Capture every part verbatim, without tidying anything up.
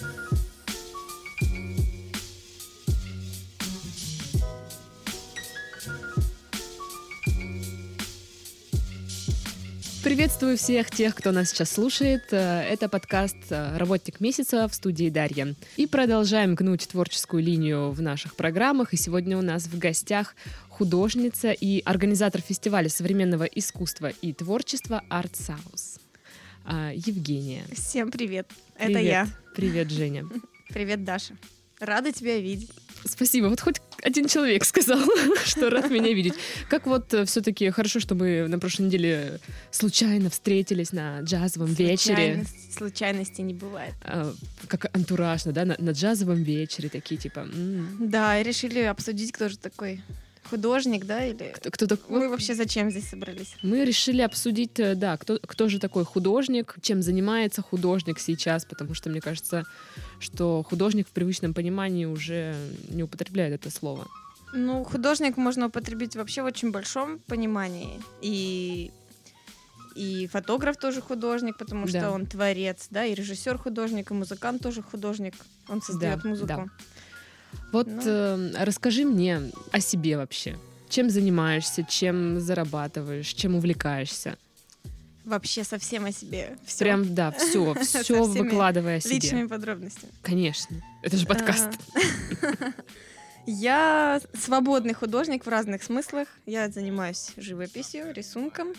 Приветствую всех тех, кто нас сейчас слушает. Это подкаст «Работник месяца» в студии Дарья. И продолжаем гнуть творческую линию в наших программах. И сегодня у нас в гостях художница и организатор фестиваля современного искусства и творчества «Артсаус» Евгения. Всем привет. Привет. Это я. Привет, Женя. Привет, Даша. Рада тебя видеть. Спасибо. Вот хоть один человек сказал, что рад меня видеть. Как вот все-таки хорошо, что мы на прошлой неделе случайно встретились на джазовом вечере. Случайности не бывает. А, как антуражно, да, на, на джазовом вечере такие типа. М-м. Да, и решили обсудить, кто же такой художник, да, или Кто, кто такой? мы вообще зачем здесь собрались? Мы решили обсудить, да, кто, кто же такой художник, чем занимается художник сейчас, потому что мне кажется, что художник в привычном понимании уже не употребляет это слово. Ну, художник можно употребить вообще в очень большом понимании. И, и фотограф тоже художник, потому что Да. он творец, да, и режиссер художник, и музыкант тоже художник. Он создает Да, музыку. да. Вот Ну. э, расскажи мне о себе вообще. Чем занимаешься, чем зарабатываешь, чем увлекаешься? Вообще совсем о себе. Всё. Прям, да, все, Со все всеми выкладывая о себе. Личными подробностями. Конечно. Это же подкаст. А, Я свободный художник в разных смыслах. Я занимаюсь живописью, рисунком.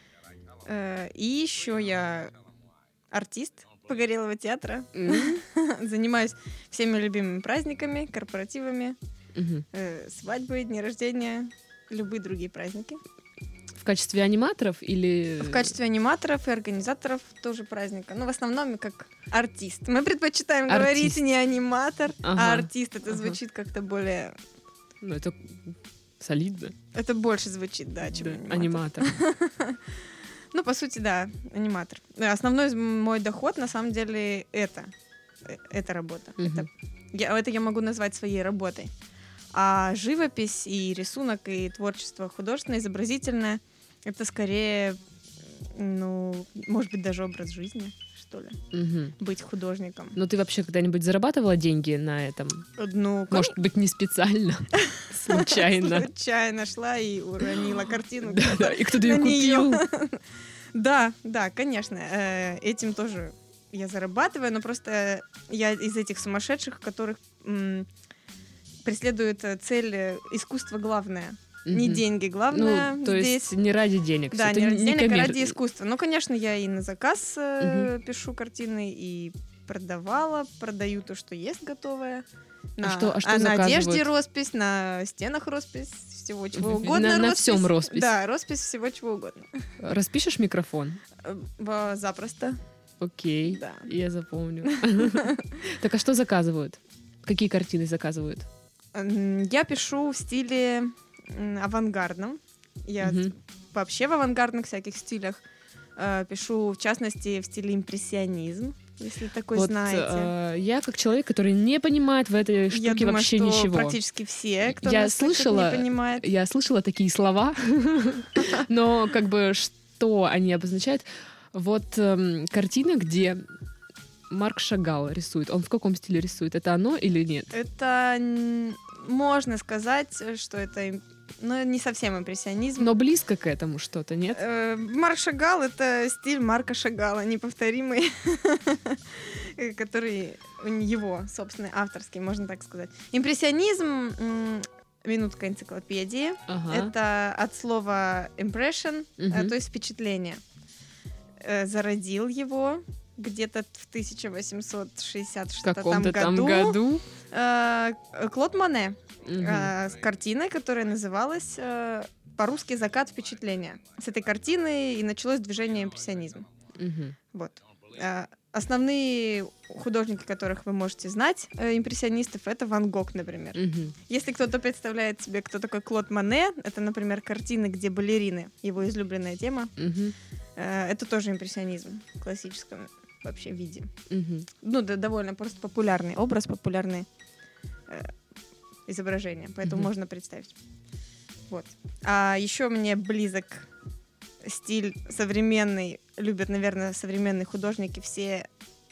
Э, И еще я артист Погорелого театра. М, Занимаюсь всеми любимыми праздниками, корпоративами, мгм. э, свадьбой, дни рождения, любые другие праздники. В качестве аниматоров или... В качестве аниматоров и организаторов тоже праздника. Но в основном как артист. Мы предпочитаем Артист. говорить не аниматор, Ага. а артист. Это Ага. звучит как-то более... Ну, это солидно. Это больше звучит, да, чем Да, аниматор. аниматор. Ну, по сути, да, аниматор. Э, Основной мой доход, на самом деле, это. Э, Это работа. Мгм. Это, я, это я могу назвать своей работой. А живопись и рисунок, и творчество художественное, изобразительное, это скорее, ну, может быть, даже образ жизни, что ли, Мгм. быть художником. Но ты вообще когда-нибудь зарабатывала деньги на этом? Ну, Может быть, не специально, случайно. случайно шла и уронила картину. Да, да, и кто-то на ее неё. купил. Да, да, конечно. э, Этим тоже я зарабатываю, но просто я из этих сумасшедших, которых м, преследует э, цель э, искусство главное. Не Мгм. деньги главное Ну, то здесь. есть не ради денег. Да, всё, не это ради денег, а коммер- ради искусства. Ну, конечно, я и на заказ э, пишу картины, и продавала, продаю то, что есть готовое. На, что- а что на заказывают? одежде роспись, на стенах роспись, всего чего В- угодно. на- на роспись. всем роспись. Да, роспись всего чего угодно. Распишешь микрофон? Э, ба- Запросто. Окей, Да. я запомню. Так а что заказывают? Какие картины заказывают? М, Я пишу в стиле м, авангардном. Я Мгм. вообще в авангардных всяких стилях э, пишу, в частности, в стиле импрессионизм, если такой Вот знаете. э, я как человек, который не понимает в этой штуке Я думаю, вообще что ничего. практически все, кто Я нас слышит, слышала- не понимает. Я слышала такие слова, но как бы что они обозначают? Вот эм, картина, где Марк Шагал рисует. Он в каком стиле рисует? Это оно или нет? Это н- можно сказать, что это им- ну, не совсем импрессионизм. Но близко к этому что-то, нет? Э, Марк Шагал — это стиль Марка Шагала, неповторимый, э, который у н- его собственный, авторский, можно так сказать. Импрессионизм, м, минутка энциклопедии, Ага. это от слова impression, э, Мгм. то есть впечатление. Э, Зародил его где-то в тысяча восемьсот шестьдесят В что-то там каком-то там году году. э, Клод Моне Мгм. э, с картиной, которая называлась э, по-русски «Закат впечатления». С этой картины и началось движение импрессионизм. Мгм. Вот. Э, Основные художники, которых вы можете знать, э, импрессионистов, это Ван Гог, например. Мгм. Если кто-то представляет себе, кто такой Клод Моне, это, например, картины, где балерины, его излюбленная тема, Мгм. э, это тоже импрессионизм в классическом вообще виде. Мгм. Ну, да, довольно просто популярный образ, популярные э, изображения, поэтому Мгм. можно представить. Вот. А еще мне близок стиль современный, любят, наверное, современные художники все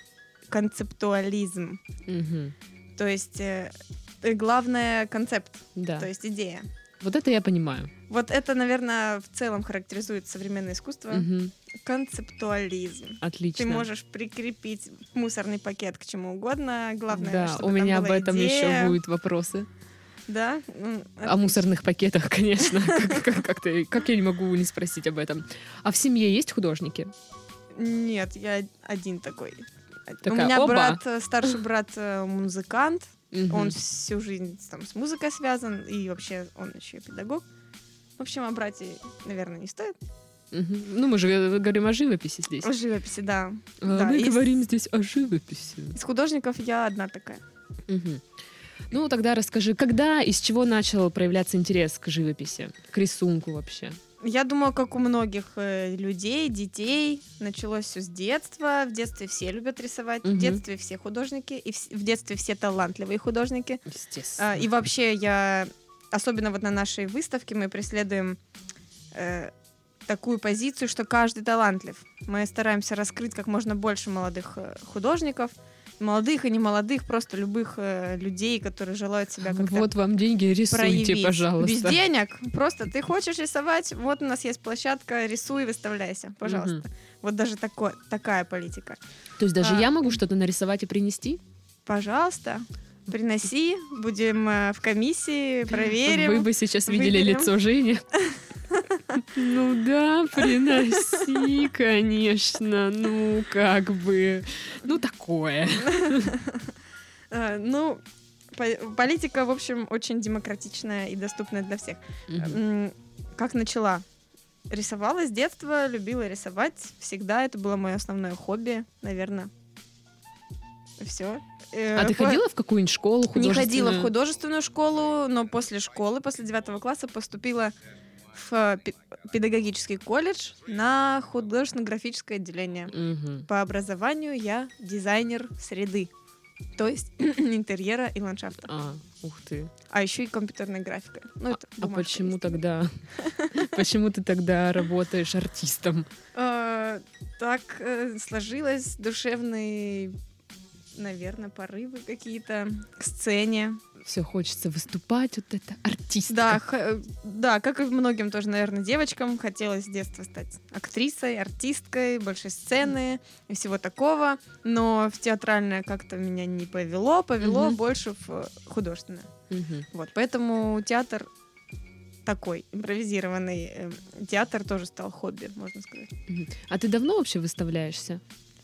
концептуализм. Мгм. То есть э, э, главное концепт, Да. то есть идея. Вот это я понимаю. Вот это, наверное, в целом характеризует современное искусство. Мгм. Концептуализм. Отлично. Ты можешь прикрепить мусорный пакет к чему угодно. Главное, Да, чтобы у там меня была об этом идея. еще будут вопросы. Да? М, О отлично. мусорных пакетах, конечно. Как, как- как ты- как я не могу не спросить об этом? А в семье есть художники? Нет, я один такой. У Такая, меня оба. брат, э, старший брат э, музыкант. Мгм. Он всю жизнь там с музыкой связан, и вообще он еще и педагог. В общем, о брате, наверное, не стоит. Мгм. Ну, мы же э, говорим о живописи здесь. О живописи, да. А Да, мы из- говорим здесь о живописи. Из художников я одна такая. Мгм. Ну, тогда расскажи, когда и с чего начал проявляться интерес к живописи, к рисунку вообще? Я думаю, как у многих э, людей, детей, началось все с детства. В детстве все любят рисовать, Мгм. в детстве все художники, и в, в детстве все талантливые художники. Естественно. А, и вообще я, особенно вот на нашей выставке, мы преследуем э, такую позицию, что каждый талантлив. Мы стараемся раскрыть как можно больше молодых э, художников, молодых и не молодых, просто любых э, людей, которые желают себя как-то Вот вам деньги, рисуйте, проявить. пожалуйста. Без денег. Просто ты хочешь рисовать, вот у нас есть площадка, рисуй, выставляйся, пожалуйста. Мгм. Вот даже такой, такая политика. То есть даже А, я могу что-то нарисовать и принести? Пожалуйста, приноси, будем э, в комиссии, проверим. Вы бы сейчас видели выберем. лицо Жени. Ну да, приноси, конечно. Ну, как бы. Ну, такое. Э, Ну, по- политика, в общем, очень демократичная и доступная для всех. Мгм. М, Как начала? Рисовала с детства, любила рисовать. Всегда это было мое основное хобби, наверное. Все. А ты ходила в какую-нибудь школу Не ходила в художественную? художественную школу, но после школы, после девятого класса поступила в э, пе- педагогический колледж на художественно-графическое отделение. Мгм. По образованию я дизайнер среды, то есть интерьера и ландшафта. А, ух ты. А еще и компьютерной графикой. Ну, это А бумажка почему есть. тогда? Почему ты тогда работаешь артистом? А, Так э, сложилось, душевные, наверное, порывы какие-то к сцене. Все хочется выступать, вот это артистка. Да, х- э, да, как и многим тоже, наверное, девочкам, хотелось с детства стать актрисой, артисткой, большой сцены и всего такого. Но в театральное как-то меня не повело, повело Мгм. больше в э, художественное. Мгм. Вот, поэтому театр такой импровизированный э, театр тоже стал хобби, можно сказать. Мгм. А ты давно вообще выставляешься?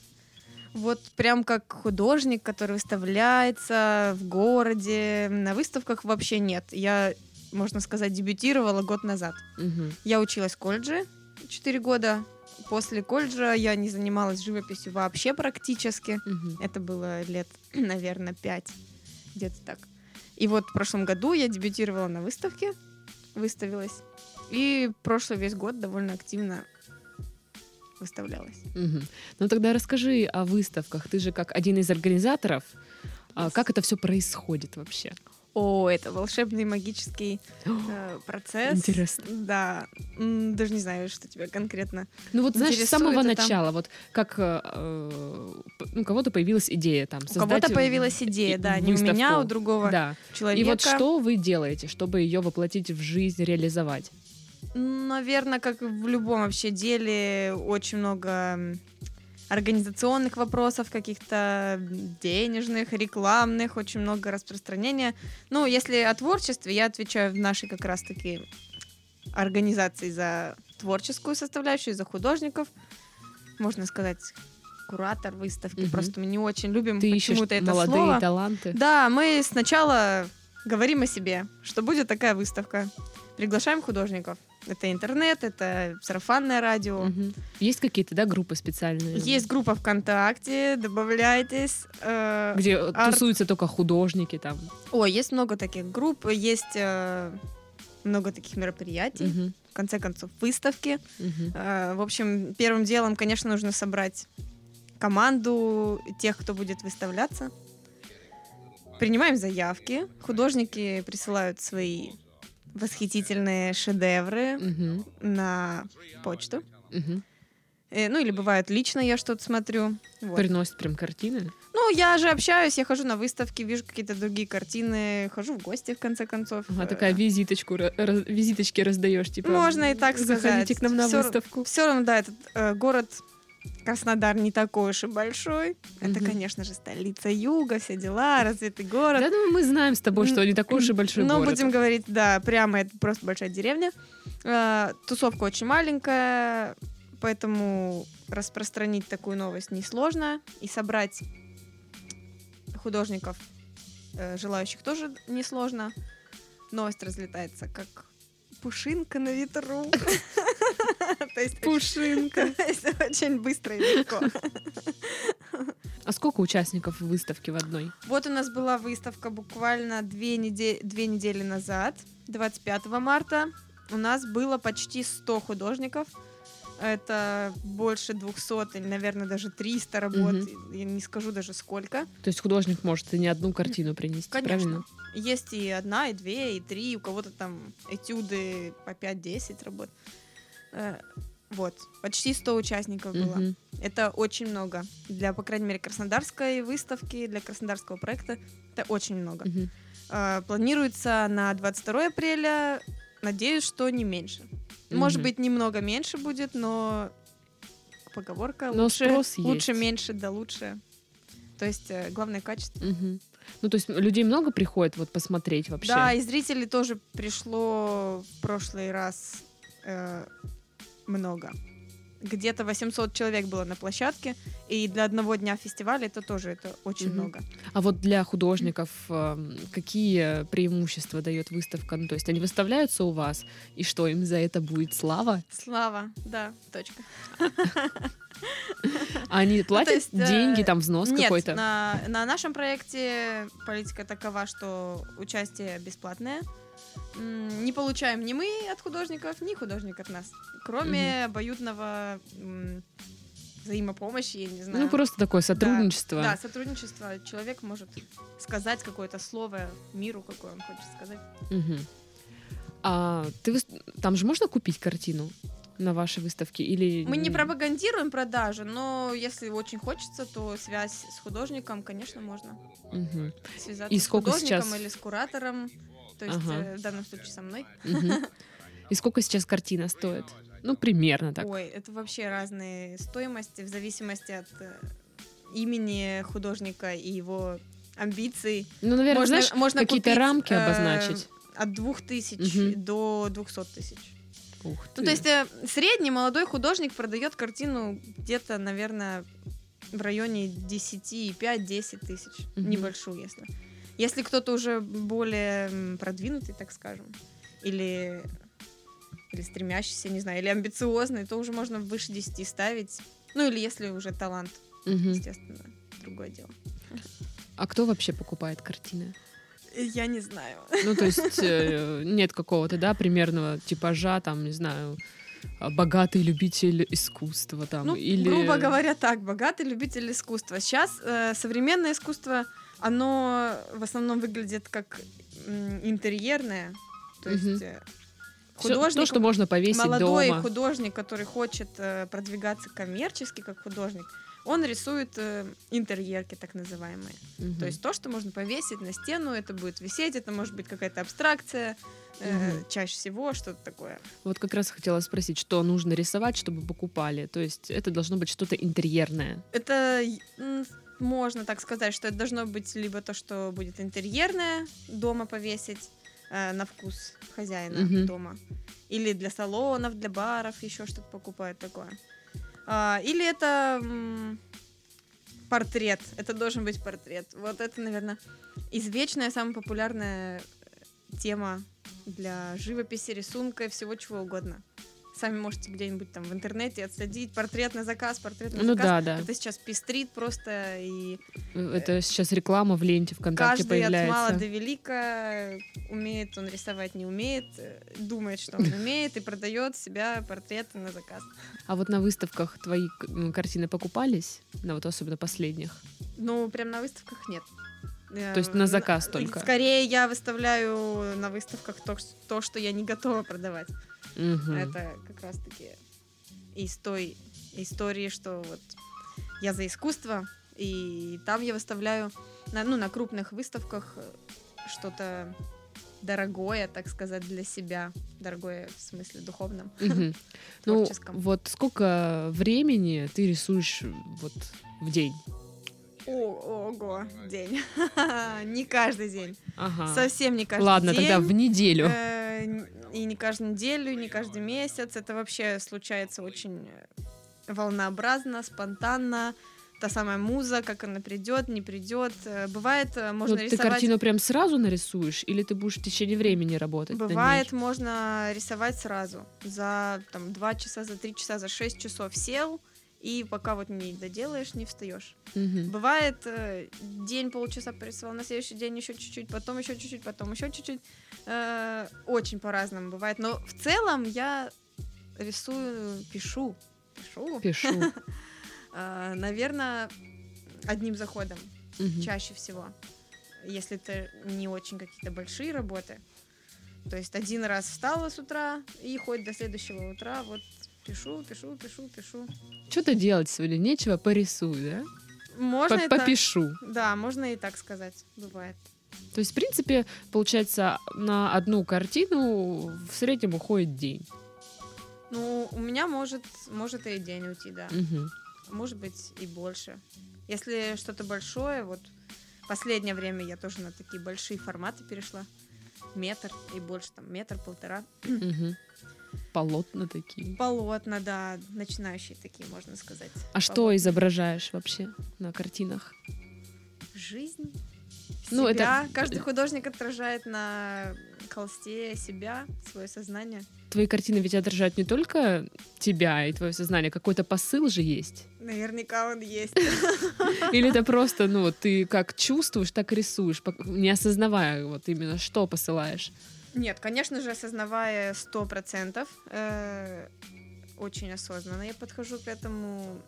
Вот прям как художник, который выставляется в городе, на выставках вообще нет. Я, можно сказать, дебютировала год назад. Мгм. Я училась в колледже четыре года. После колледжа я не занималась живописью вообще практически. Мгм. Это было лет, наверное, пять, где-то так. И вот в прошлом году я дебютировала на выставке, выставилась. И прошлый весь год довольно активно выставлялась. Мгм. Ну тогда расскажи о выставках. Ты же как один из организаторов. А как это все происходит вообще? О, это волшебный магический э, процесс. Интересно. Да. М, Даже не знаю, что тебя конкретно. Ну вот знаешь, с самого Интересует это? начала, вот как э, э, п- ну, у кого-то появилась идея там У создать кого-то появилась и- идея, да, не у выставку. меня, а у другого Да. человека. И вот что вы делаете, чтобы ее воплотить в жизнь, реализовать? Наверное, как и в любом вообще деле, очень много м, организационных вопросов, каких-то денежных, рекламных, очень много распространения. Ну, если о творчестве, я отвечаю в нашей как раз-таки организации за творческую составляющую, за художников. Можно сказать, куратор выставки. Мгм. Просто мы не очень любим Ты ищешь почему-то это молодые слово. таланты. Да, мы сначала говорим о себе, что будет такая выставка. Приглашаем художников. Это интернет, это сарафанное радио. Мгм. Есть какие-то, да, группы специальные? Есть группа ВКонтакте, добавляйтесь. э, Где арт- тусуются только художники там. Ой, есть много таких групп, есть э, много таких мероприятий, Мгм. в конце концов, выставки. Мгм. Э, В общем, первым делом, конечно, нужно собрать команду тех, кто будет выставляться. Принимаем заявки, художники присылают свои восхитительные шедевры Мгм. на почту. Мгм. Э, Ну, или бывает лично я что-то смотрю. Вот. Приносят прям картины. Ну, Ну, я же общаюсь, я хожу на выставки, вижу какие-то другие картины, хожу в гости, в конце концов. Ага, такая визиточку, раз, визиточки раздаешь, типа. Можно и так сказать. Заходите к нам на всё, выставку. Все равно, да, этот э, город Краснодар не такой уж и большой. Это, Мгм. конечно же, столица юга, все дела, развитый город. Да, ну мы знаем с тобой, что не такой уж и большой Но город. будем говорить, да, прямо это просто большая деревня. Э, Тусовка очень маленькая, поэтому распространить такую новость несложно. И собрать художников, э, желающих, тоже несложно. Новость разлетается как пушинка на ветру. То есть Пушинка. то есть очень быстро и легко. А сколько участников выставки в одной? Вот у нас была выставка буквально две недели, две недели назад, двадцать пятого марта. У нас было почти сто художников. Это больше двухсот или, наверное, даже триста работ. Мгм. Я не скажу даже сколько. То есть художник может и не одну картину принести, Конечно. правильно? Есть и одна, и две, и три. У кого-то там этюды по пять-десять работ. Э, Вот. Почти сто участников было. Мгм. Это очень много. Для, по крайней мере, краснодарской выставки, для краснодарского проекта это очень много. Мгм. Э, Планируется на двадцать второе апреля. Надеюсь, что не меньше. Может Мгм. быть, немного меньше будет, но поговорка Но лучше, спрос лучше есть. меньше, да лучше. То есть э, главное качество. Мгм. Ну, то есть людей много приходит вот посмотреть вообще? Да, и зрителей тоже пришло в прошлый раз э, много. Где-то восемьсот человек было на площадке, и для одного дня фестиваля это тоже это очень Мгм. много. А вот для художников эм, какие преимущества дает выставка? Ну, то есть они выставляются у вас, и что, им за это будет слава? Слава, да, точка. А они платят есть, э, деньги, там взнос Нет, какой-то? на, на нашем проекте политика такова, что участие бесплатное. М, Не получаем ни мы от художников, ни художник от нас. Кроме обоюдного м, взаимопомощи, я не знаю. Ну, просто такое сотрудничество. Да, сотрудничество. Человек может сказать какое-то слово миру, какое он хочет сказать. Мгм. А ты выс- там же можно купить картину на вашей выставке? Или... Мы не пропагандируем продажу, но если очень хочется, то связь с художником, конечно, можно Мгм. связаться И с сколько художником сейчас? или с куратором. То есть Ага. э, в данном случае со мной. Мгм. И сколько сейчас картина стоит? Ну, примерно так. Ой, это вообще разные стоимости в зависимости от э, имени художника и его амбиций. Ну, наверное, Можно- знаешь, можно какие-то купить, рамки э, обозначить. От двух тысяч Мгм. до двухсот тысяч. Ух Ну, ты. то есть э, средний молодой художник продает картину где-то, наверное, в районе десять, пять-десять тысяч. Мгм. Небольшую, если. Если кто-то уже более м, продвинутый, так скажем, или, или стремящийся, не знаю, или амбициозный, то уже можно выше десяти ставить. Ну, или если уже талант, Мгм. естественно, другое дело. А кто вообще покупает картины? Я не знаю. Ну, то есть э, нет какого-то, да, примерного типажа, там, не знаю, а, богатый любитель искусства, там, Ну, или... грубо говоря, так, богатый любитель искусства. Сейчас э, современное искусство, оно в основном выглядит как м, интерьерное. То Мгм. есть э, Всё художник, то, что можно повесить молодой дома. художник, который хочет э, продвигаться коммерчески как художник, он рисует э, интерьерки, так называемые. Мгм. То есть то, что можно повесить на стену, это будет висеть, это может быть какая-то абстракция, э, Мгм. чаще всего что-то такое. Вот как раз хотела спросить, что нужно рисовать, чтобы покупали. То есть это должно быть что-то интерьерное. Это м, можно так сказать, что это должно быть либо то, что будет интерьерное, дома повесить э, на вкус хозяина Мгм. дома, или для салонов, для баров еще что-то покупают такое. А, или это м, портрет. Это должен быть портрет. Вот это, наверное, извечная, самая популярная тема для живописи, рисунка и всего чего угодно. Сами можете где-нибудь там в интернете отследить портрет на заказ, портрет на Ну заказ. да, да. Это сейчас пестрит просто, и Это сейчас реклама в ленте ВКонтакте каждый от мала появляется. до велика, умеет он рисовать, не умеет, э, думает, что он умеет, и продает себя портреты на заказ. А вот на выставках твои к- м, картины покупались? На вот особенно последних? Ну, прям на выставках нет. То есть на заказ только? Скорее я выставляю на выставках то, ш- то, что я не готова продавать. Мгм. Это как раз-таки из той истории, что вот я за искусство, И там я выставляю на, ну, на крупных выставках что-то дорогое, так сказать, для себя. Дорогое в смысле духовном, Мгм. Ну, творческом. вот сколько времени ты рисуешь вот в день? О- Ого, день. Не каждый день. Ага. Совсем не каждый Ладно, день. тогда в неделю. Э, н- И не каждую неделю, и не каждый месяц. Это вообще случается очень э, волнообразно, спонтанно. Та самая муза, как она придет, не придет. Э, Бывает, э, Ну, можно ты рисовать. картину прям сразу нарисуешь, или ты будешь в течение времени работать над ней? Бывает, можно рисовать сразу. За там, два часа, за три часа, за шесть часов сел, и пока вот не доделаешь, не встаешь. Мгм. Бывает, э, день, полчаса порисовал, на следующий день еще чуть-чуть, потом еще чуть-чуть, потом еще чуть-чуть. Э, Очень по-разному бывает. Но в целом я рисую, пишу. Пишу. Пишу. Наверное, одним заходом. Мгм. Чаще всего. Если это не очень какие-то большие работы. То есть один раз встала с утра и хоть до следующего утра вот пишу, пишу, пишу, пишу. Что-то делать сегодня нечего, порисуй, да? Можно По- это... Попишу. Да, можно и так сказать. Бывает. То есть, в принципе, получается, на одну картину в среднем уходит день. Ну, у меня может, может и день уйти, да. Мгм. Может быть и больше. Если что-то большое, вот последнее время я тоже на такие большие форматы перешла. Метр и больше, там, метр-полтора. Мгм. Полотна такие. Полотна, да, начинающие такие, можно сказать. А что Полотна. изображаешь вообще на картинах? Жизнь, Ну, себя. это- Каждый художник отражает на холсте себя, свое сознание. Твои картины ведь отражают не только тебя и твое сознание, какой-то посыл же есть. Наверняка он есть. Или это просто, ну, вот ты как чувствуешь, так и рисуешь, пок- не осознавая вот именно, что посылаешь. Нет, конечно же, осознавая сто процентов, э, очень осознанно я подхожу к этому.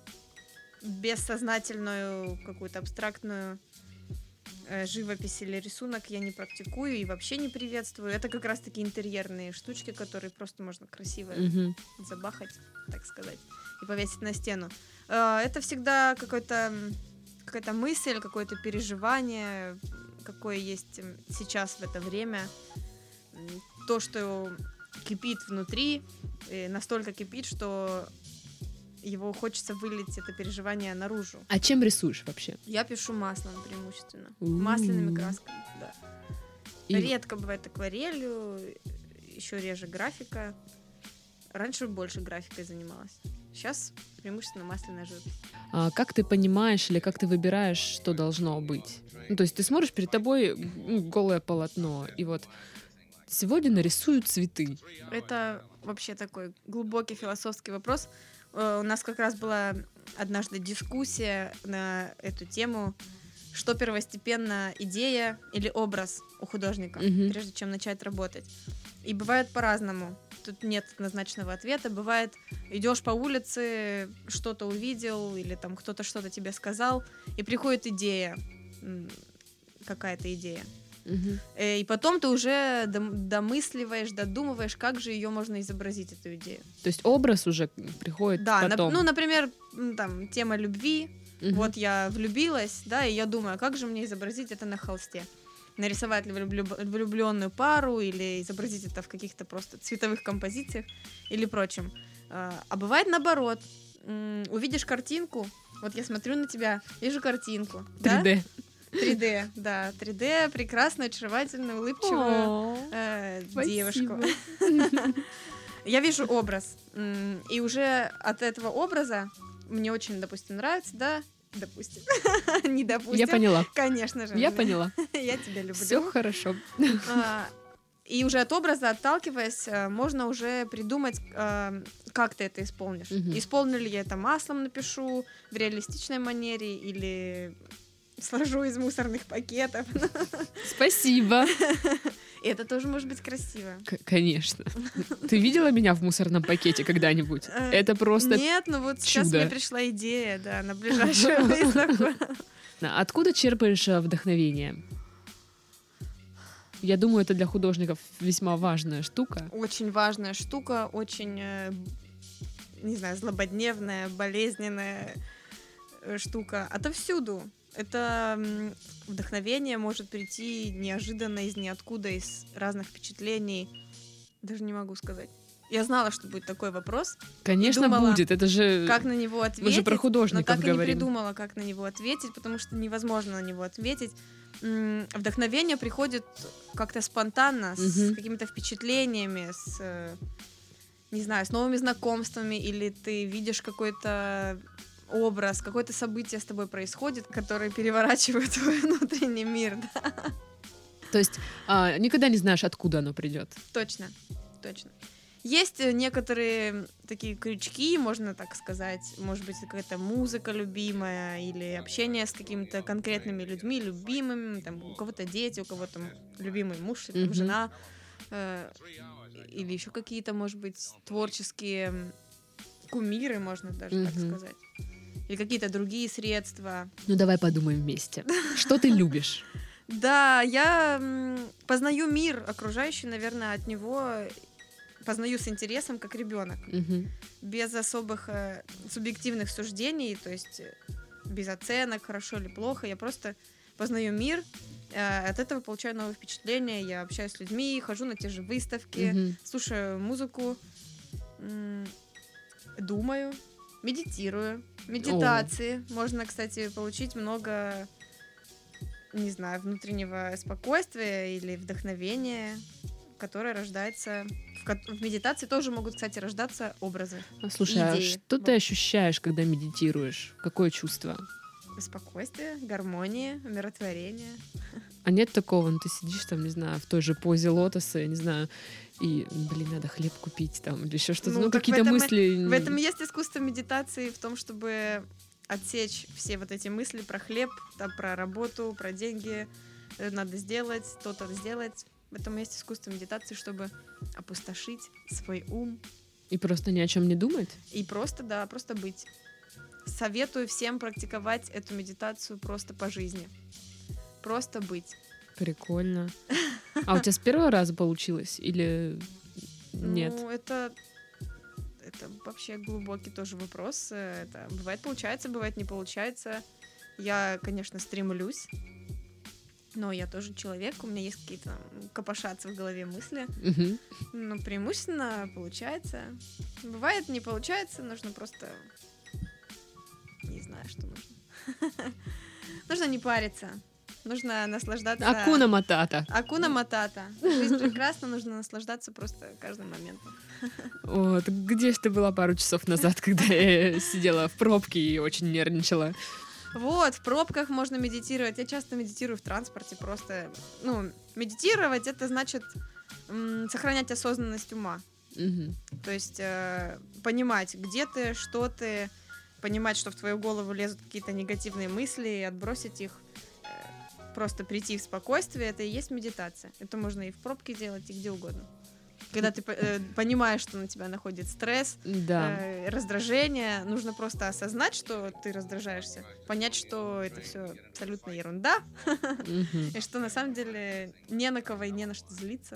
Бессознательную какую-то абстрактную э, живопись или рисунок я не практикую и вообще не приветствую. Это как раз-таки интерьерные штучки, которые просто можно красиво Мгм. забахать, так сказать, и повесить на стену. Э, Это всегда какой-то, м, какая-то мысль, какое-то переживание, какое есть м, сейчас в это время. М, То, что кипит внутри, э, настолько кипит, что его хочется вылить, это переживание, наружу. А чем рисуешь вообще? Я пишу маслом преимущественно. У-у-у. Масляными красками, да. И- Редко бывает акварелью, еще реже графика. Раньше больше графикой занималась. Сейчас преимущественно масляная живопись. А как ты понимаешь или как ты выбираешь, что должно быть? Ну, то есть ты смотришь, перед тобой ну, голое полотно, и вот сегодня нарисую цветы. Это вообще такой глубокий философский вопрос. Э, У нас как раз была однажды дискуссия на эту тему, что первостепенно, идея или образ у художника, Мгм. прежде чем начать работать. И бывает по-разному. Тут нет однозначного ответа. Бывает, идешь по улице, что-то увидел, или там кто-то что-то тебе сказал, и приходит идея, м, какая-то идея. Мгм. Э, И потом ты уже дом- домысливаешь, додумываешь, как же ее можно изобразить, эту идею. То есть образ уже приходит Да, нап- потом. ну, например, м, там, тема любви. Мгм. Вот я влюбилась, да, и я думаю, как же мне изобразить это на холсте? Нарисовать ли влюблю- влюбленную пару или изобразить это в каких-то просто цветовых композициях или прочем. А а бывает наоборот. М, Увидишь картинку, вот я смотрю на тебя, вижу картинку. да? три дэ. три дэ, да, три дэ, прекрасную, очаровательную, улыбчивую О, э, спасибо. девушку. Я вижу образ, м, и уже от этого образа мне очень, допустим, нравится, да, допустим, не допустим, Я поняла. конечно же, Я мне- поняла. я тебя люблю. Все хорошо. А, И уже от образа, отталкиваясь, э, можно уже придумать, э, как ты это исполнишь. Мгм. Исполню ли я это маслом, напишу в реалистичной манере или сложу из мусорных пакетов. Спасибо. И это тоже может быть красиво. К- Конечно. Ты видела меня в мусорном пакете когда-нибудь? Э, Это просто... Нет, ну вот сейчас чудо. мне пришла идея, да, на ближайшую выставку. Откуда черпаешь э, вдохновение? Я думаю, это для художников весьма важная штука. Очень важная штука, очень, э, не знаю, злободневная, болезненная. э, штука, отовсюду. Это м, вдохновение может прийти неожиданно из ниоткуда, из разных впечатлений. Даже не могу сказать. Я знала, что будет такой вопрос. Конечно, думала, будет. Это же... Как на него ответить. Мы же про но художников так и не говорим. придумала, как на него ответить, потому что невозможно на него ответить. М, Вдохновение приходит как-то спонтанно, с Мгм. какими-то впечатлениями, с, э, не знаю, с новыми знакомствами, или ты видишь какой-то образ, какое-то событие с тобой происходит, которое переворачивает твой внутренний мир. Да? То есть а, никогда не знаешь, откуда оно придет. Точно, точно. Есть э, некоторые такие крючки, можно так сказать. Может быть, какая-то музыка любимая или общение с какими-то конкретными людьми, любимыми. Там, у кого-то дети, у кого-то м, любимый муж, или там, Мгм. жена. э, или еще какие-то, может быть, творческие м, кумиры, можно даже так Мгм. сказать. Или какие-то другие средства. Ну, давай подумаем вместе. Что ты любишь? Да, я м, познаю мир окружающий, наверное, от него познаю с интересом, как ребенок, Мгм. без особых э, субъективных суждений, то есть э, без оценок, хорошо или плохо. Я просто познаю мир, э, от этого получаю новые впечатления. Я общаюсь с людьми, хожу на те же выставки, Мгм. слушаю музыку, м, думаю, медитирую. Медитации. Можно, кстати, получить много, не знаю, внутреннего спокойствия или вдохновения, которое рождается... В, ко- в медитации тоже могут, кстати, рождаться образы. А, Слушай, а идеи. что ты ощущаешь, когда медитируешь? Какое чувство? Спокойствие, гармония, умиротворение. А нет такого, ну ты сидишь там, не знаю, в той же позе лотоса, я не знаю, и, блин, надо хлеб купить там или еще что-то. Ну, Ну, так в какие-то этом и- мысли. В этом и есть искусство медитации, в том, чтобы отсечь все вот эти мысли про хлеб, там, про работу, про деньги, э, надо сделать, то-то сделать. В этом и есть искусство медитации, чтобы опустошить свой ум И просто ни о чем не думать? и просто, да, просто быть. Советую всем практиковать эту медитацию просто по жизни. Просто быть. Прикольно. А у тебя с первого раза получилось? Или нет? Ну, это, это вообще глубокий тоже вопрос. Это бывает получается, бывает не получается. Я, конечно, стремлюсь, но я тоже человек, у меня есть какие-то м, копошатся в голове мысли. Мгм. Но преимущественно получается. Бывает не получается, нужно просто... Не знаю, что нужно. Нужно не париться. Нужно наслаждаться... Акуна матата. Акуна матата. Жизнь прекрасна, нужно наслаждаться просто каждым моментом. Вот. Где же ты была пару часов назад, когда я сидела в пробке и очень нервничала? Вот, в пробках можно медитировать. Я часто медитирую в транспорте. Просто, ну, медитировать — это значит м, сохранять осознанность ума. Мгм. То есть э, понимать, где ты, что ты, понимать, что в твою голову лезут какие-то негативные мысли, и отбросить их, э, просто прийти в спокойствие, это и есть медитация. Это можно и в пробке делать, и где угодно. Когда ты э, понимаешь, что на тебя находит стресс, Да. э, раздражение, нужно просто осознать, что ты раздражаешься, понять, что это все абсолютно ерунда, Мгм. и что на самом деле не на кого и не на что злиться.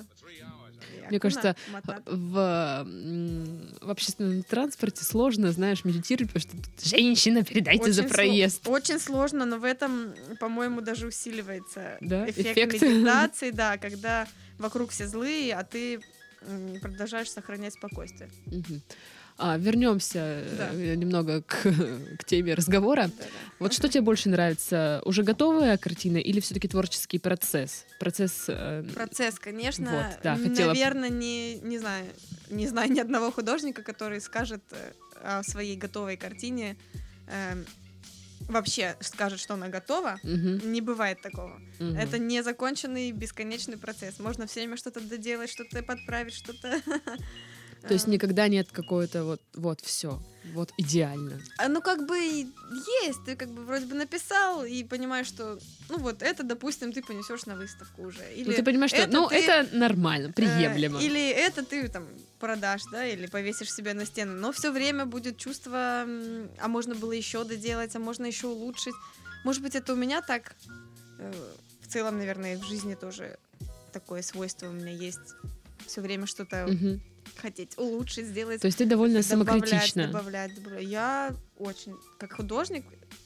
И Мне акуна кажется, матата. в, м, в общественном транспорте сложно, знаешь, медитировать, потому что тут женщина, передайте за Очень сло- проезд. Очень сложно, но в этом, по-моему, даже усиливается Да? эффект, Эффект? медитации, да, когда вокруг все злые, а ты м, продолжаешь сохранять спокойствие. Мгм. А, вернемся Да. э, немного к, к теме разговора. Да-да. Вот что тебе больше нравится? Уже готовая картина или все-таки творческий процесс? Процесс... э, Процесс, конечно, Вот, да, хотела- наверное, не, не знаю, не знаю ни одного художника, который скажет э, о своей готовой картине, эм, вообще скажет, что она готова. мгм, Не бывает такого. мгм. Это незаконченный бесконечный процесс. Можно все время что-то доделать, что-то подправить, что-то... То есть Эм, никогда нет какого-то вот, вот все, вот идеально. А, ну, как бы и есть, ты как бы вроде бы написал и понимаешь, что, ну, вот это, допустим, ты понесешь на выставку уже. Или Ну ты понимаешь, что это ну ты, это нормально, э, приемлемо. или это ты там продашь, да, или повесишь себе на стену. Но все время будет чувство, м, а можно было еще доделать, а можно еще улучшить. Может быть, это у меня так. э, В целом, наверное, и в жизни тоже такое свойство у меня есть. Все время что-то Мгм. хотеть улучшить, сделать. То есть ты довольно добавлять, самокритична. добавлять, добавлять. Я очень, как художник,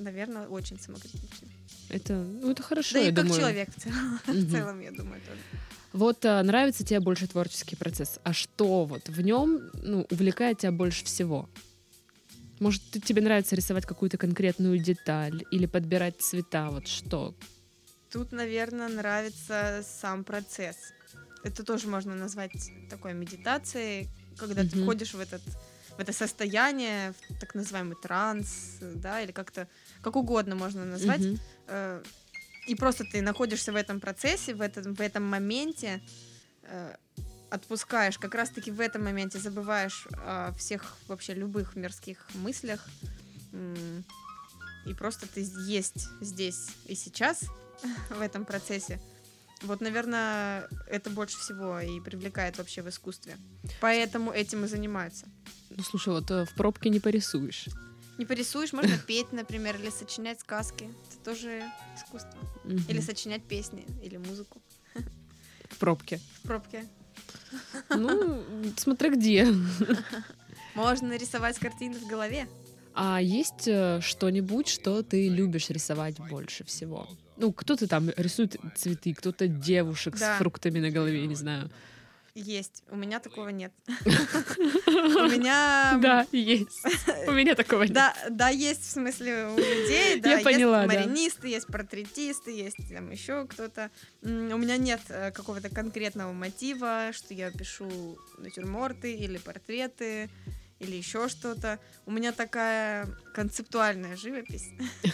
наверное, очень самокритична. Это, ну, это хорошо, Да я и как думаю. человек в целом, Мгм. в целом, я думаю, тоже. Вот а, нравится тебе больше творческий процесс, а что вот в нем, ну, увлекает тебя больше всего? Может, ты- тебе нравится рисовать какую-то конкретную деталь или подбирать цвета, вот что? Тут, наверное, нравится сам процесс. Это тоже можно назвать такой медитацией, когда ты Мгм. входишь в этот в это состояние, в так называемый транс, да, или как-то как угодно можно назвать. Мгм. Э, И просто ты находишься в этом процессе, в этом, в этом моменте, э, отпускаешь, как раз-таки в этом моменте забываешь о всех вообще любых мирских мыслях, м, и просто ты есть здесь и сейчас в этом процессе. Вот, наверное, это больше всего и привлекает вообще в искусстве. Поэтому этим и занимаются. Ну, слушай, вот э, в пробке не порисуешь. Не порисуешь, можно петь, например, или сочинять сказки. Это тоже искусство. Мгм. Или сочинять песни, или музыку В пробке. в пробке. Ну, смотря где. Можно нарисовать картины в голове. А есть э, что-нибудь, что ты любишь рисовать больше всего? Ну, кто-то там рисует цветы, кто-то девушек с Да. фруктами на голове, не знаю. Есть. У меня такого нет. У меня... Да, есть. У меня такого нет. Да, да, есть в смысле у людей, да, Я есть поняла, да. маринисты, есть портретисты, есть там еще кто-то. М, У меня нет э, какого-то конкретного мотива, что я пишу натюрморты или портреты или еще что-то. У меня такая концептуальная живопись.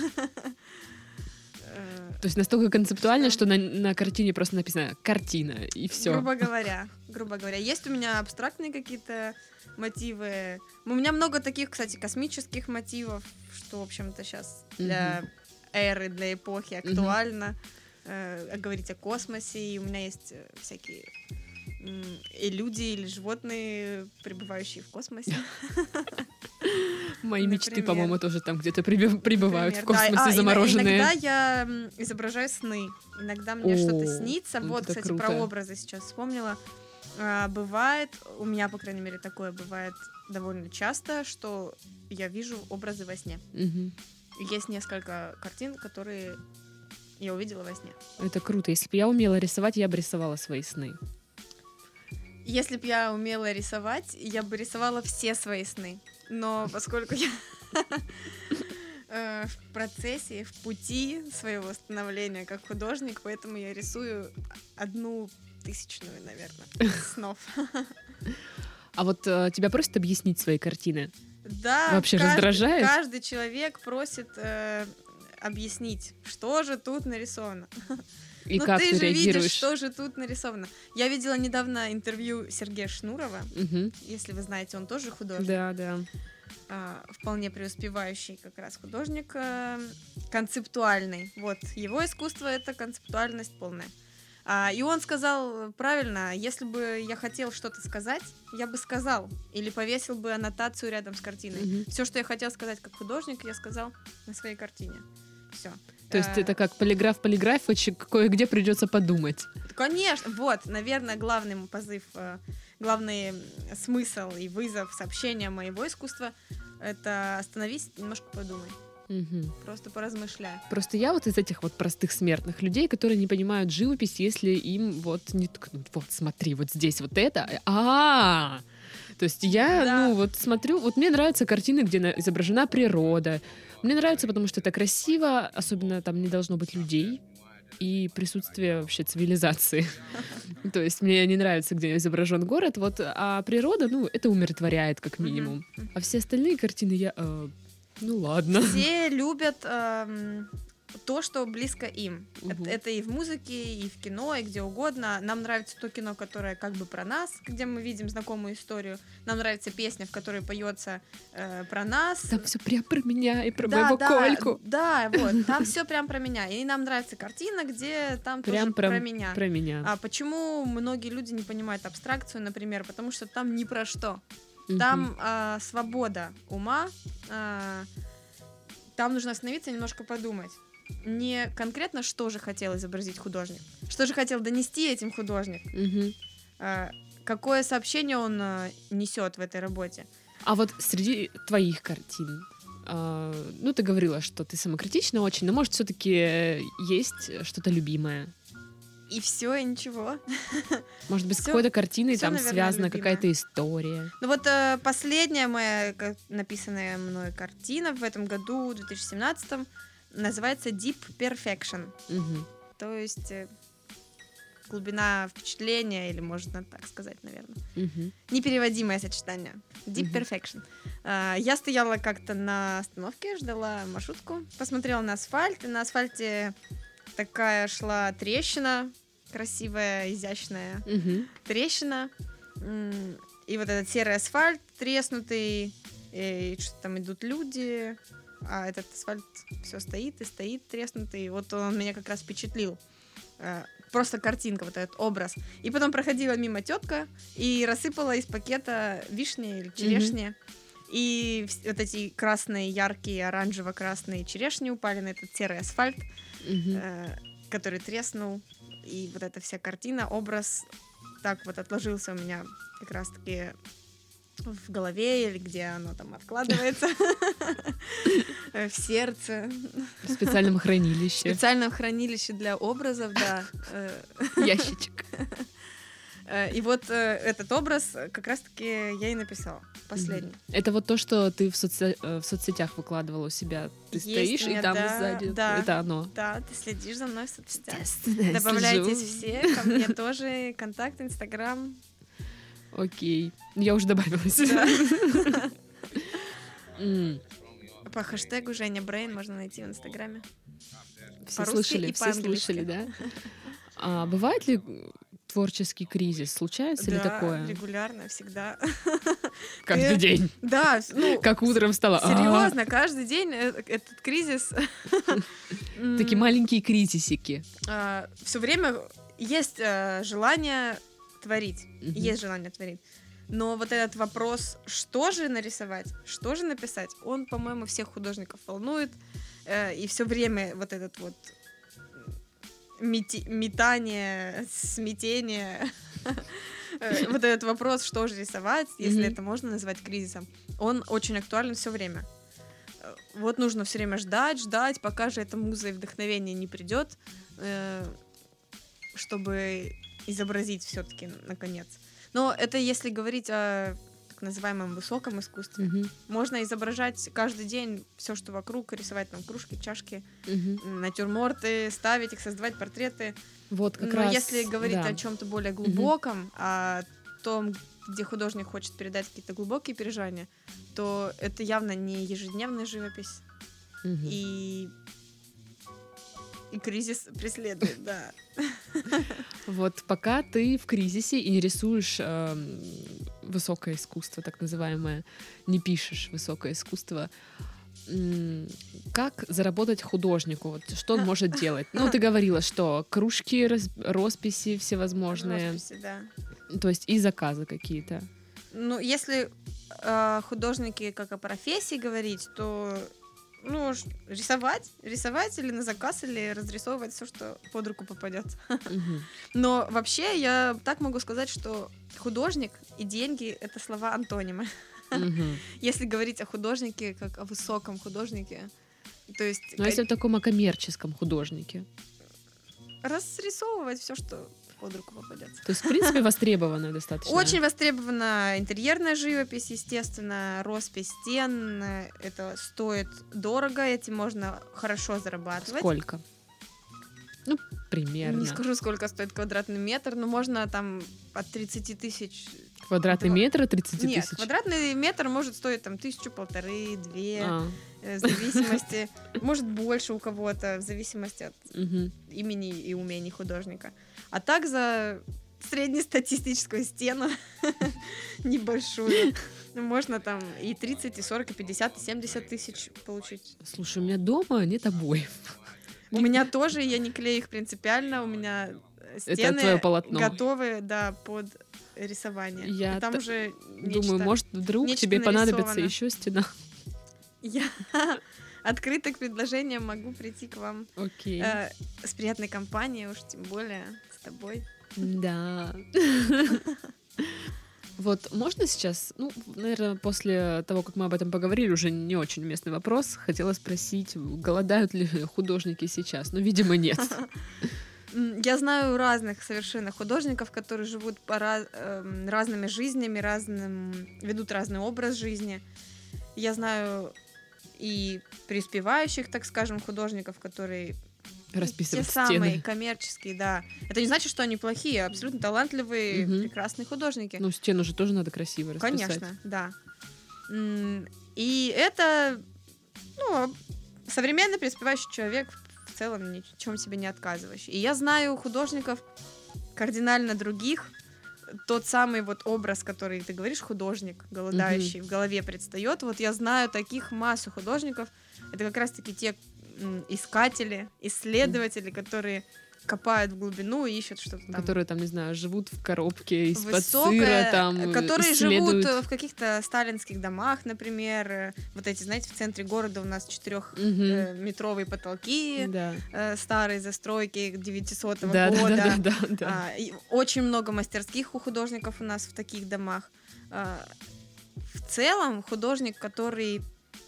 Э, То есть настолько концептуально, Что? что на, на картине просто написано «картина», и все. Грубо говоря, грубо говоря. Есть у меня абстрактные какие-то мотивы. У меня много таких, кстати, космических мотивов, что, в общем-то, сейчас для эры, для эпохи актуально. Э, говорить о космосе. И у меня есть э, всякие м, и люди, или животные, пребывающие в космосе. Мои мечты, Например. по-моему, тоже там где-то прибыв- прибывают в Например, да. космосе А, ино- замороженные. Иногда я м, изображаю сны. Иногда мне что-то О, снится. вот Вот, это кстати, круто. про образы сейчас вспомнила. А, бывает, у меня, по крайней мере, такое бывает довольно часто, что я вижу образы во сне. Мгм. Есть несколько картин, которые я увидела во сне. Это круто. Если бы я умела рисовать, я бы рисовала свои сны. Если бы я умела рисовать, я бы рисовала все свои сны. Но поскольку я э, в процессе, в пути своего становления как художник, поэтому я рисую одну тысячную, наверное, снов. А вот э, тебя просят объяснить свои картины? Да, Вообще каждый, раздражает? каждый человек просит э, объяснить, что же тут нарисовано. И ну как ты, ты, же видишь, реагируешь? что же тут нарисовано. Я видела недавно интервью Сергея Шнурова. Мгм. Если вы знаете, он тоже художник. Да, да. а, вполне преуспевающий как раз художник, а, концептуальный. Вот, его искусство — это концептуальность полная. А, и он сказал правильно: если бы я хотел что-то сказать, я бы сказал. Или повесил бы аннотацию рядом с картиной. Мгм. Все, что я хотел сказать как художник, я сказал на своей картине. Все. То есть это как полиграф-полиграфочек, кое-где придется подумать. Конечно, вот, наверное, главный м- позыв, э, главный м, смысл и вызов сообщения моего искусства — это остановись, немножко подумай, Мгм. просто поразмышляй. Просто я вот из этих вот простых смертных людей, которые не понимают живопись, если им вот не ткнуть. Вот смотри, вот здесь вот это. А, то есть я, Да. ну вот смотрю, вот мне нравятся картины, где на- изображена природа. Мне нравится, потому что это красиво, особенно там не должно быть людей и присутствие вообще цивилизации. То есть мне не нравится, где изображен город, вот, а природа, ну, это умиротворяет как минимум. Мгм. А все остальные картины я, э, ну ладно. Все любят эм, то, что близко им. Мгм. Это, это и в музыке, и в кино, и где угодно. Нам нравится то кино, которое как бы про нас, где мы видим знакомую историю. Нам нравится песня, в которой поется э, про нас. Там все прям про меня и про Да, моего да, Кольку. да, вот, там все прям про меня. И нам нравится картина, где там Прям тоже прям про меня. про меня. А почему многие люди не понимают абстракцию, например? Потому что там ни про что. Мгм. Там а, свобода ума. а, там нужно остановиться и немножко подумать. Не конкретно, что же хотел изобразить художник, что же хотел донести этим художник, Мгм. а, какое сообщение он а, несет в этой работе. А вот среди твоих картин А, ну, ты говорила, что ты самокритична очень, но, может, все-таки есть что-то любимое? И все, и ничего. Может быть, с Всё- какой-то картиной всё, там наверное, связана любимое. какая-то история? Ну вот э, последняя моя ка- написанная мной картина в этом году, в две тысячи семнадцатом, называется Deep Perfection. Мгм. То есть э, глубина впечатления, или можно так сказать, наверное. Мгм. Непереводимое сочетание. Deep Мгм. Perfection. А, я стояла как-то на остановке, ждала маршрутку, посмотрела на асфальт, и на асфальте такая шла трещина, красивая, изящная Мгм. трещина. М, И вот этот серый асфальт треснутый, и что там идут люди, а этот асфальт все стоит и стоит треснутый. Вот он меня как раз впечатлил. Э, Просто картинка, вот этот образ. И потом проходила мимо тетка и рассыпала из пакета вишни или черешни. И вс- вот эти красные, яркие, оранжево-красные черешни упали на этот серый асфальт, Мгм. э, который треснул. И вот эта вся картина, образ так вот отложился у меня как раз-таки в голове, или где оно там откладывается, в сердце, В специальном в хранилище. специальном хранилище для образов, да. Э, Ящичек. э, И вот э, этот образ э, как раз-таки я и написала, последний. Это вот то, что ты в, соцсе- э, в соцсетях выкладывала у себя. Ты Есть стоишь, у меня, и там да, сзади да. это оно. Да, ты следишь за мной в соцсетях. Естественно, я Добавляйтесь слежу. все, ко мне тоже, контакт, Инстаграм. Окей. Я уже добавилась. Да. М. По хэштегу Женя Брейн можно найти в Инстаграме. Все По-русски слышали, и все по-английски. слышали, да? А бывает ли творческий кризис? Случается ли Да, такое? регулярно, всегда. Каждый Ты- день. Да, с- ну, Как утром встала. А, серьезно, каждый день э- этот кризис. Такие маленькие кризисики. Все время есть э, желание творить. Мгм. Есть желание творить. Но вот этот вопрос, что же нарисовать, что же написать, он, по-моему, всех художников волнует. Э, И все время вот этот вот мети- метание, смятение, э, вот этот вопрос, что же рисовать, если Мгм. это можно назвать кризисом, он очень актуален все время. Э, Вот нужно все время ждать, ждать, пока же эта муза и вдохновение не придет, э, чтобы изобразить все-таки наконец. Но это если говорить о так называемом высоком искусстве. Мгм. Можно изображать каждый день все, что вокруг, рисовать там кружки, чашки, Мгм. натюрморты, ставить их, создавать портреты. Вот как Но раз. если говорить да. о чем-то более глубоком, о том, где художник хочет передать какие-то глубокие переживания, то это явно не ежедневная живопись. Мгм. И и кризис преследует, да. Вот пока ты в кризисе и не рисуешь эм, высокое искусство, так называемое, не пишешь высокое искусство, м, как заработать художнику? Вот что он может делать? Ну, ты говорила, что кружки, рос- росписи всевозможные, Росписи, да. то есть и заказы какие-то. Ну, если э, художники как о профессии говорить, то ну, ш- рисовать, рисовать или на заказ, или разрисовывать все, что под руку попадет. Мгм. Но вообще я так могу сказать, что художник и деньги — это слова антонимы. Мгм. Если говорить о художнике как о высоком художнике, то есть Ну, а если в таком о коммерческом художнике? разрисовывать все, что под руку попадется. То есть, в принципе, востребованная достаточно. Очень востребована интерьерная живопись, естественно, роспись стен. э, Это стоит дорого, этим можно хорошо зарабатывать. Сколько? Ну, примерно. Не скажу, сколько стоит квадратный метр, но можно там от тридцати тысяч. Квадратный Два- метр и тридцать Нет, тысяч? квадратный метр может стоить там тысячу, полторы, две, А, э, в зависимости, может больше у кого-то, в зависимости от мгм. имени и умений художника. А так за среднестатистическую стену небольшую можно там и тридцать, и сорок, и пятьдесят, и семьдесят тысяч получить. Слушай, у меня дома нет обоев. У меня тоже, я не клею их принципиально, у меня э, Это стены твое полотно. готовы, да, под рисование. Я И там т- уже Думаю, нечто- может, вдруг нечто тебе понадобится нарисовано. еще стена. Я открыта к предложениям, могу прийти к вам Окей. э, с приятной компанией, уж тем более с тобой. Да. Вот можно сейчас, ну, наверное, после того, как мы об этом поговорили, уже не очень уместный вопрос, хотела спросить, голодают ли художники сейчас? Ну, видимо, нет. Я знаю разных совершенно художников, которые живут по раз, э, разными жизнями, разным, ведут разный образ жизни. Я знаю и преуспевающих, так скажем, художников, которые Расписывают те самые стены. коммерческие, да. Это не значит, что они плохие, абсолютно талантливые, Мгм. прекрасные художники. Ну, стену же тоже надо красиво расписать. Конечно, да. М, И это, ну, современный преуспевающий человек, в целом ни в чем себе не отказывающий. И я знаю художников кардинально других. Тот самый вот образ, который ты говоришь, художник, голодающий, в голове предстает. Вот я знаю таких массу художников. Это как раз-таки те м, искатели, исследователи, которые копают в глубину и ищут что-то там. Которые там, не знаю, живут в коробке из-под Высокое, сыра, там, которые исследуют. живут в каких-то сталинских домах, например. Вот эти, знаете, в центре города у нас четырехметровые Мгм. потолки, Да. э, старой застройки девятисотого Да, да, года. да, да, да, да. А, и очень много мастерских у художников у нас в таких домах. А, в целом художник, который,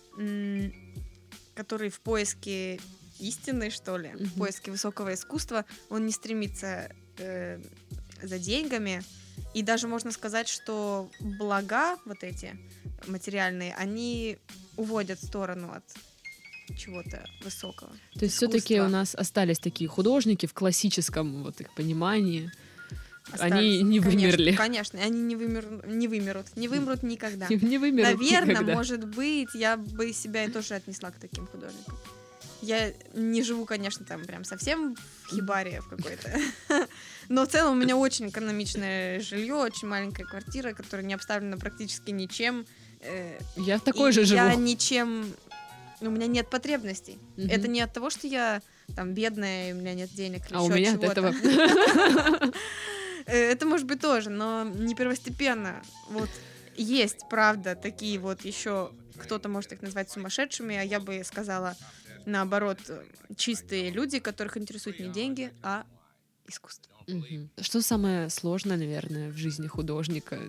м, который в поиске истины, что ли, Мгм. в поиске высокого искусства, он не стремится э, за деньгами. И даже можно сказать, что блага вот эти материальные, они уводят в сторону от чего-то высокого. То есть все-таки искусства. у нас остались такие художники в классическом вот их понимании. Остались. Они не Конечно, вымерли. Конечно, они не, вымер... не вымерут, не вымрут никогда. Не, не вымерут Наверное, никогда. может быть, я бы себя и тоже отнесла к таким художникам. Я не живу, конечно, там прям совсем в хибаре в какой-то. Но в целом у меня очень экономичное жилье, очень маленькая квартира, которая не обставлена практически ничем. э, Я в такой и же живу. Я ничем... У меня нет потребностей. Мгм. Это не от того, что я там бедная, и у меня нет денег или А у ещё меня от чего-то. этого. Э, Это может быть тоже, но не первостепенно. Вот есть, правда, такие вот еще, кто-то может их назвать сумасшедшими, а я бы сказала, наоборот, э, чистые люди, которых интересуют не деньги, а искусство. Мгм. Что самое сложное, наверное, в жизни художника?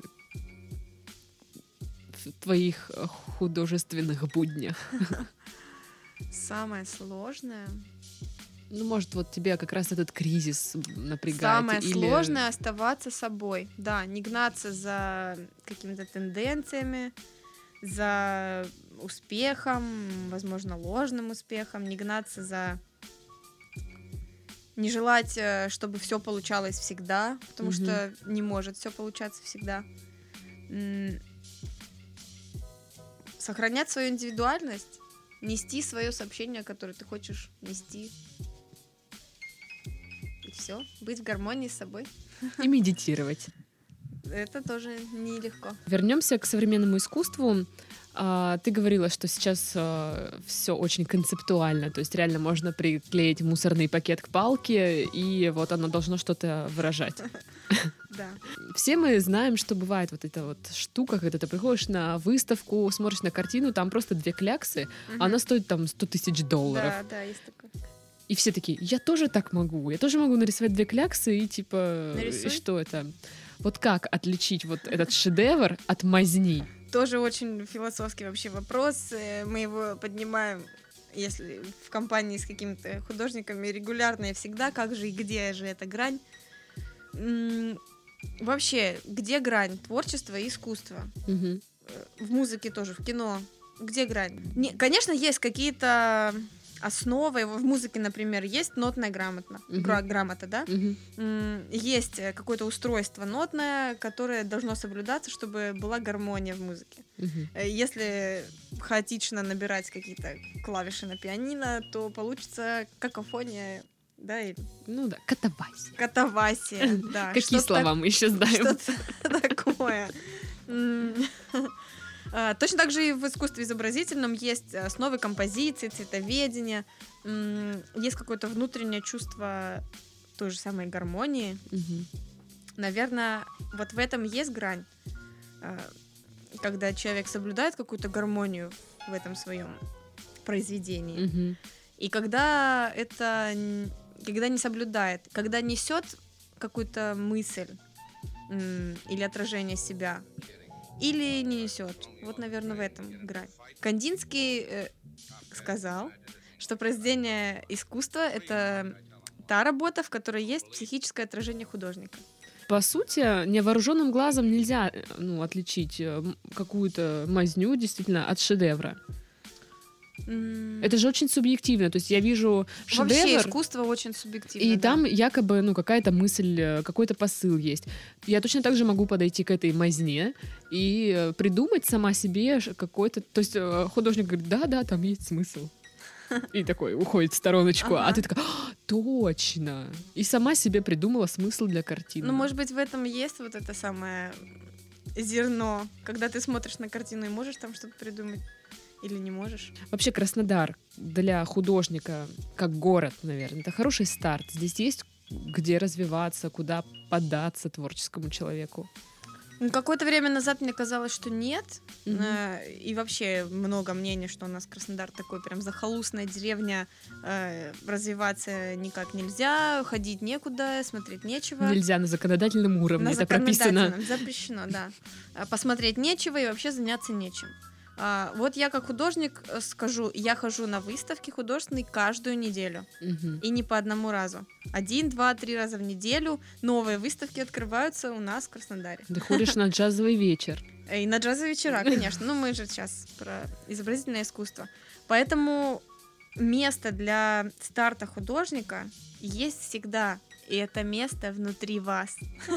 В твоих э, художественных буднях? Самое сложное. Ну, может, вот тебе как раз этот кризис напрягает? Самое или- сложное оставаться собой. Да, не гнаться за какими-то тенденциями, за успехом, возможно, ложным успехом, не гнаться за... Не желать, э, чтобы все получалось всегда, потому Мгм. что не может все получаться всегда. М, Сохранять свою индивидуальность, нести свое сообщение, которое ты хочешь нести. И все, быть в гармонии с собой. И медитировать. Это тоже нелегко. Вернемся к современному искусству. А, Ты говорила, что сейчас все очень концептуально, то есть реально можно приклеить мусорный пакет к палке, и вот оно должно что-то выражать. Да. Все мы знаем, что бывает вот эта вот штука, когда ты приходишь на выставку, смотришь на картину, там просто две кляксы, Мгм. а она стоит там сто тысяч долларов. Да, да, есть такое. И все такие, я тоже так могу, я тоже могу нарисовать две кляксы, и типа, Нарисуй. и что это? Вот как отличить вот этот шедевр от мазни? Тоже очень философский вообще вопрос. Э, Мы его поднимаем, если в компании с какими-то художниками регулярно и всегда. Как же и где же эта грань? М, Вообще, где грань творчества и искусства? Мгм. Э, В музыке тоже, в кино. Где грань? Не, конечно, есть какие-то основы. В музыке, например, есть нотная грамота, Мгм. гра- грамота, да? Мгм. М, Есть э, какое-то устройство нотное, которое должно соблюдаться, чтобы была гармония в музыке. Мгм. Э, Если хаотично набирать какие-то клавиши на пианино, то получится какофония, да, или Ну да, катавасия. катавасия, да. Какие что-то- слова мы еще знаем? Что-то такое. М, а, Точно так же и в искусстве изобразительном есть основы композиции, цветоведения, м, есть какое-то внутреннее чувство той же самой гармонии. Мгм. Наверное, вот в этом есть грань, а, когда человек соблюдает какую-то гармонию в этом своем произведении. Мгм. И когда это н- когда не соблюдает, когда несет какую-то мысль, м, или отражение себя, или не несет. Вот, наверное, в этом грань. Кандинский э, сказал, что произведение искусства — это та работа, в которой есть психическое отражение художника. По сути, невооруженным глазом нельзя э, ну, отличить э, м, какую-то мазню действительно от шедевра. М, Это же очень субъективно. То есть я вижу Вообще шедевр, искусство очень субъективно. и да. там якобы ну, какая-то мысль, э, какой-то посыл есть. Я точно так же могу подойти к этой мазне и э, придумать сама себе ш- какой-то... То есть э, художник говорит, да-да, там есть смысл. И такой уходит в стороночку, а Ага. ты такая, «А, точно! И сама себе придумала смысл для картины. Ну, может быть, в этом и есть вот это самое зерно, когда ты смотришь на картину и можешь там что-то придумать или не можешь. Вообще Краснодар для художника, как город, наверное, это хороший старт. Здесь есть где развиваться, куда поддаться творческому человеку. Ну, какое-то время назад мне казалось, что нет. Мгм. Э, И вообще много мнений, что у нас Краснодар такой прям захолустная деревня, э, развиваться никак нельзя, ходить некуда, смотреть нечего. Нельзя на законодательном уровне, На это прописано. законодательном запрещено, да. А посмотреть нечего и вообще заняться нечем. А, вот я как художник э, скажу, я хожу на выставки художественные каждую неделю. Мгм. И не по одному разу. Один, два, три раза в неделю новые выставки открываются у нас в Краснодаре. Ты ходишь на джазовый вечер. И на джазовые вечера, конечно. Ну, мы же сейчас про изобразительное искусство. Поэтому место для старта художника есть всегда. И это место внутри вас.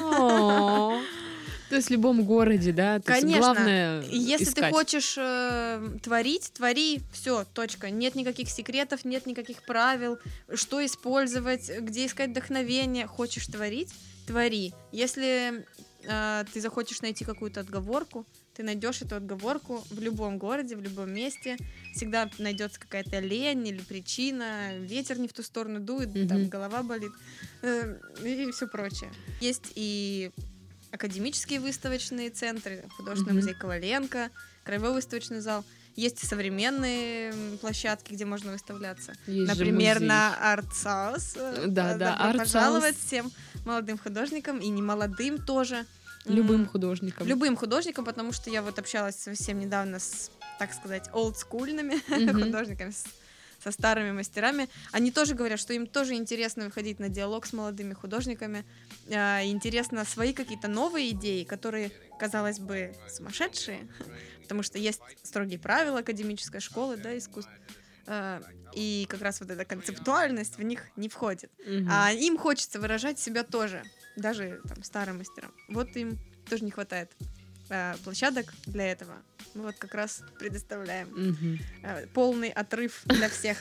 О, То есть в любом городе, да? То есть Конечно. главное И Если ты искать. хочешь э, творить, твори, все, точка. Нет никаких секретов, нет никаких правил, что использовать, где искать вдохновение. Хочешь творить, твори. Если э, ты захочешь найти какую-то отговорку, ты найдешь эту отговорку в любом городе, в любом месте. Всегда найдется какая-то лень или причина, ветер не в ту сторону дует, Мгм. там голова болит э, и все прочее. Есть и академические выставочные центры, художественный Мгм. музей Коваленко, краевой выставочный зал. Есть и современные м, площадки, где можно выставляться. Есть же Например, музей. на Артсаус. Э, Да, да, добро Артсаус. пожаловать всем молодым художникам и немолодым тоже. Любым М, художником. Любым художникам, потому что я вот общалась совсем недавно с, так сказать, олдскульными Мгм. художниками, с- со старыми мастерами. Они тоже говорят, что им тоже интересно выходить на диалог с молодыми художниками. А, Интересно свои какие-то новые идеи, которые, казалось бы, сумасшедшие, потому что есть строгие правила академической школы, да, искусств. А, И как раз вот эта концептуальность в них не входит. Мгм. А им хочется выражать себя тоже, даже там старым мастерам. Вот им тоже не хватает а, площадок для этого. Мы вот как раз предоставляем Мгм. а, полный отрыв для всех.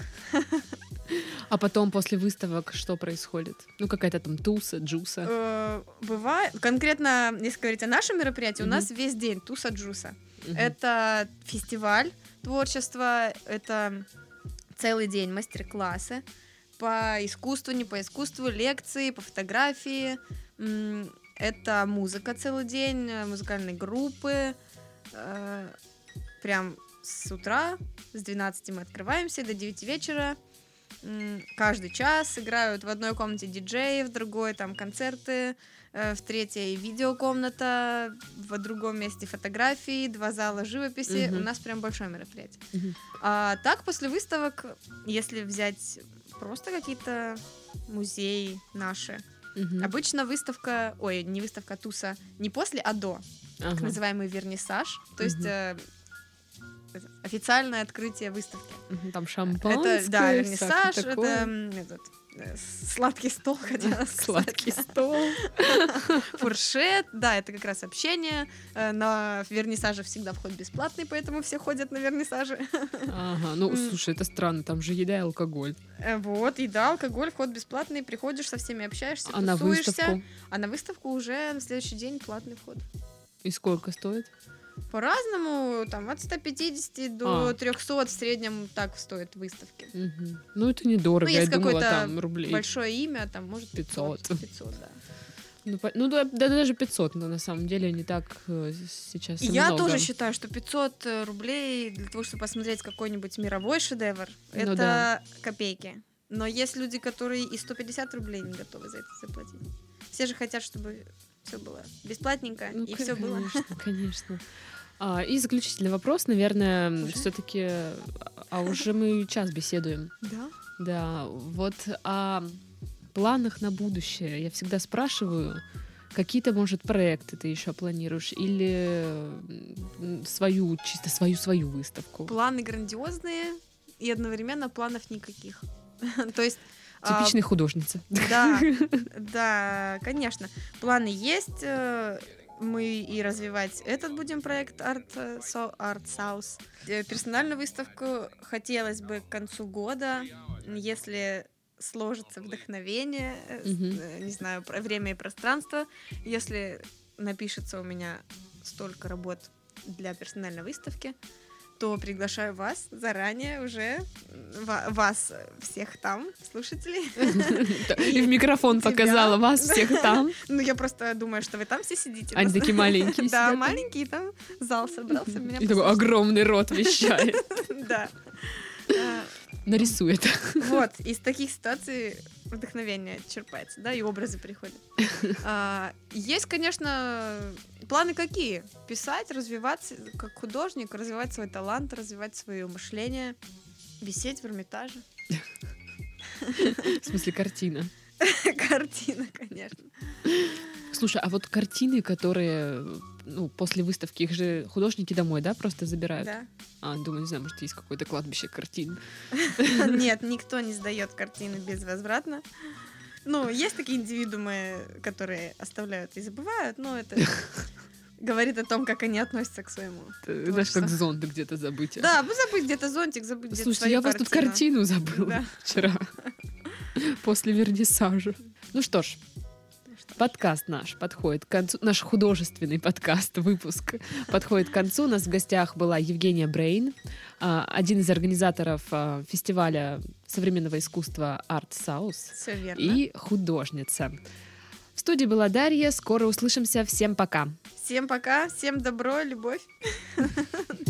А потом после выставок что происходит? Ну, какая-то там туса, джуса. Э, Бывает, конкретно, если говорить о нашем мероприятии, у Мгм. нас весь день туса джуса. Мгм. Это фестиваль творчества, это целый день мастер-классы по искусству, не по искусству, лекции, по фотографии. М, Это музыка целый день, э, музыкальные группы. Э, Прям с утра, с двенадцати мы открываемся до девяти вечера. М, Каждый час играют в одной комнате диджеи, в другой там концерты, э, в третьей видеокомната, в другом месте фотографии, два зала живописи. Мгм. У нас прям большое мероприятие. Мгм. А так, после выставок, если взять просто какие-то музеи наши, Мгм. обычно выставка, ой, не выставка, а туса, не после, а до, так Ага. называемый вернисаж, то есть Мгм. э, это официальное открытие выставки. Мгм. Там шампанское. Это, да, вернисаж, всякое это такое. м, этот, э, сладкий стол, хотела сказать. Сладкий стол. Фуршет, да, это как раз общение. Э, На вернисаже всегда вход бесплатный, поэтому все ходят на вернисажи. Ага, ну, М. слушай, это странно, там же еда и алкоголь. Э, Вот, еда, алкоголь, вход бесплатный, приходишь, со всеми общаешься, А на тусуешься. выставку? А на выставку уже на следующий день платный вход. И сколько стоит? По-разному, там, от ста пятидесяти до А. трехсот в среднем так стоят выставки. Мгм. Ну, это недорого, Ну, я есть думала, какое-то там рублей. Большое имя, там, может, пятьсот. пятьсот, да. Ну, по- ну, да, да, даже пятьсот, но на самом деле не так э, сейчас и Я много. тоже считаю, что пятьсот э, рублей для того, чтобы посмотреть какой-нибудь мировой шедевр, Ну это да. копейки. Но есть люди, которые и сто пятьдесят рублей не готовы за это заплатить. Все же хотят, чтобы все было бесплатненько, Ну, и к- все было. Конечно, конечно. А, и заключительный вопрос, наверное, Уже? все-таки, а уже мы час беседуем. Да? Да, вот о планах на будущее я всегда спрашиваю, какие-то, может, проекты ты еще планируешь или м, свою, чисто свою-свою выставку? Планы грандиозные, и одновременно планов никаких. То есть... а, Типичная художница. Да, да, конечно. Планы есть. э, Мы и развивать этот будем проект Art, э, So- Art South. Э, Персональную выставку хотелось бы к концу года, если сложится вдохновение, э, с- Мгм. э, не знаю, про- время и пространство, если напишется у меня столько работ для персональной выставки, то приглашаю вас заранее уже, м, ва- вас э, всех там, слушателей. И в микрофон тебя. показала вас всех там. Ну, я просто думаю, что вы там все сидите. Они такие маленькие Да, сидят. маленькие, там зал собрался. Меня И такой послушать. огромный рот вещает. Да. А, Нарисует. Вот, из таких ситуаций вдохновение черпается, да, и образы приходят. А, Есть, конечно, планы какие? Писать, развиваться как художник, развивать свой талант, развивать свое мышление, висеть в Эрмитаже. В смысле, картина. Картина, конечно. Слушай, а вот картины, которые, ну, после выставки, их же художники домой, да, просто забирают? Да. А, думаю, не знаю, может, есть какое-то кладбище картин. Нет, никто не сдает картины безвозвратно. Ну, есть такие индивидуумы, которые оставляют и забывают, но это говорит о том, как они относятся к своему. Это, знаешь, как зонт где-то забыть. Да, ну, забыть где-то зонтик, забыть где-то Слушайте, свою я у вас тут картину забыла Да. вчера. После вернисажа. Ну что ж, подкаст наш подходит к концу. Наш художественный подкаст, выпуск подходит к концу. У нас в гостях была Евгения Брейн, а, один из организаторов а, фестиваля современного искусства Art South Все верно. и художница. В студии была Дарья. Скоро услышимся. Всем пока. Всем пока, всем добро, любовь.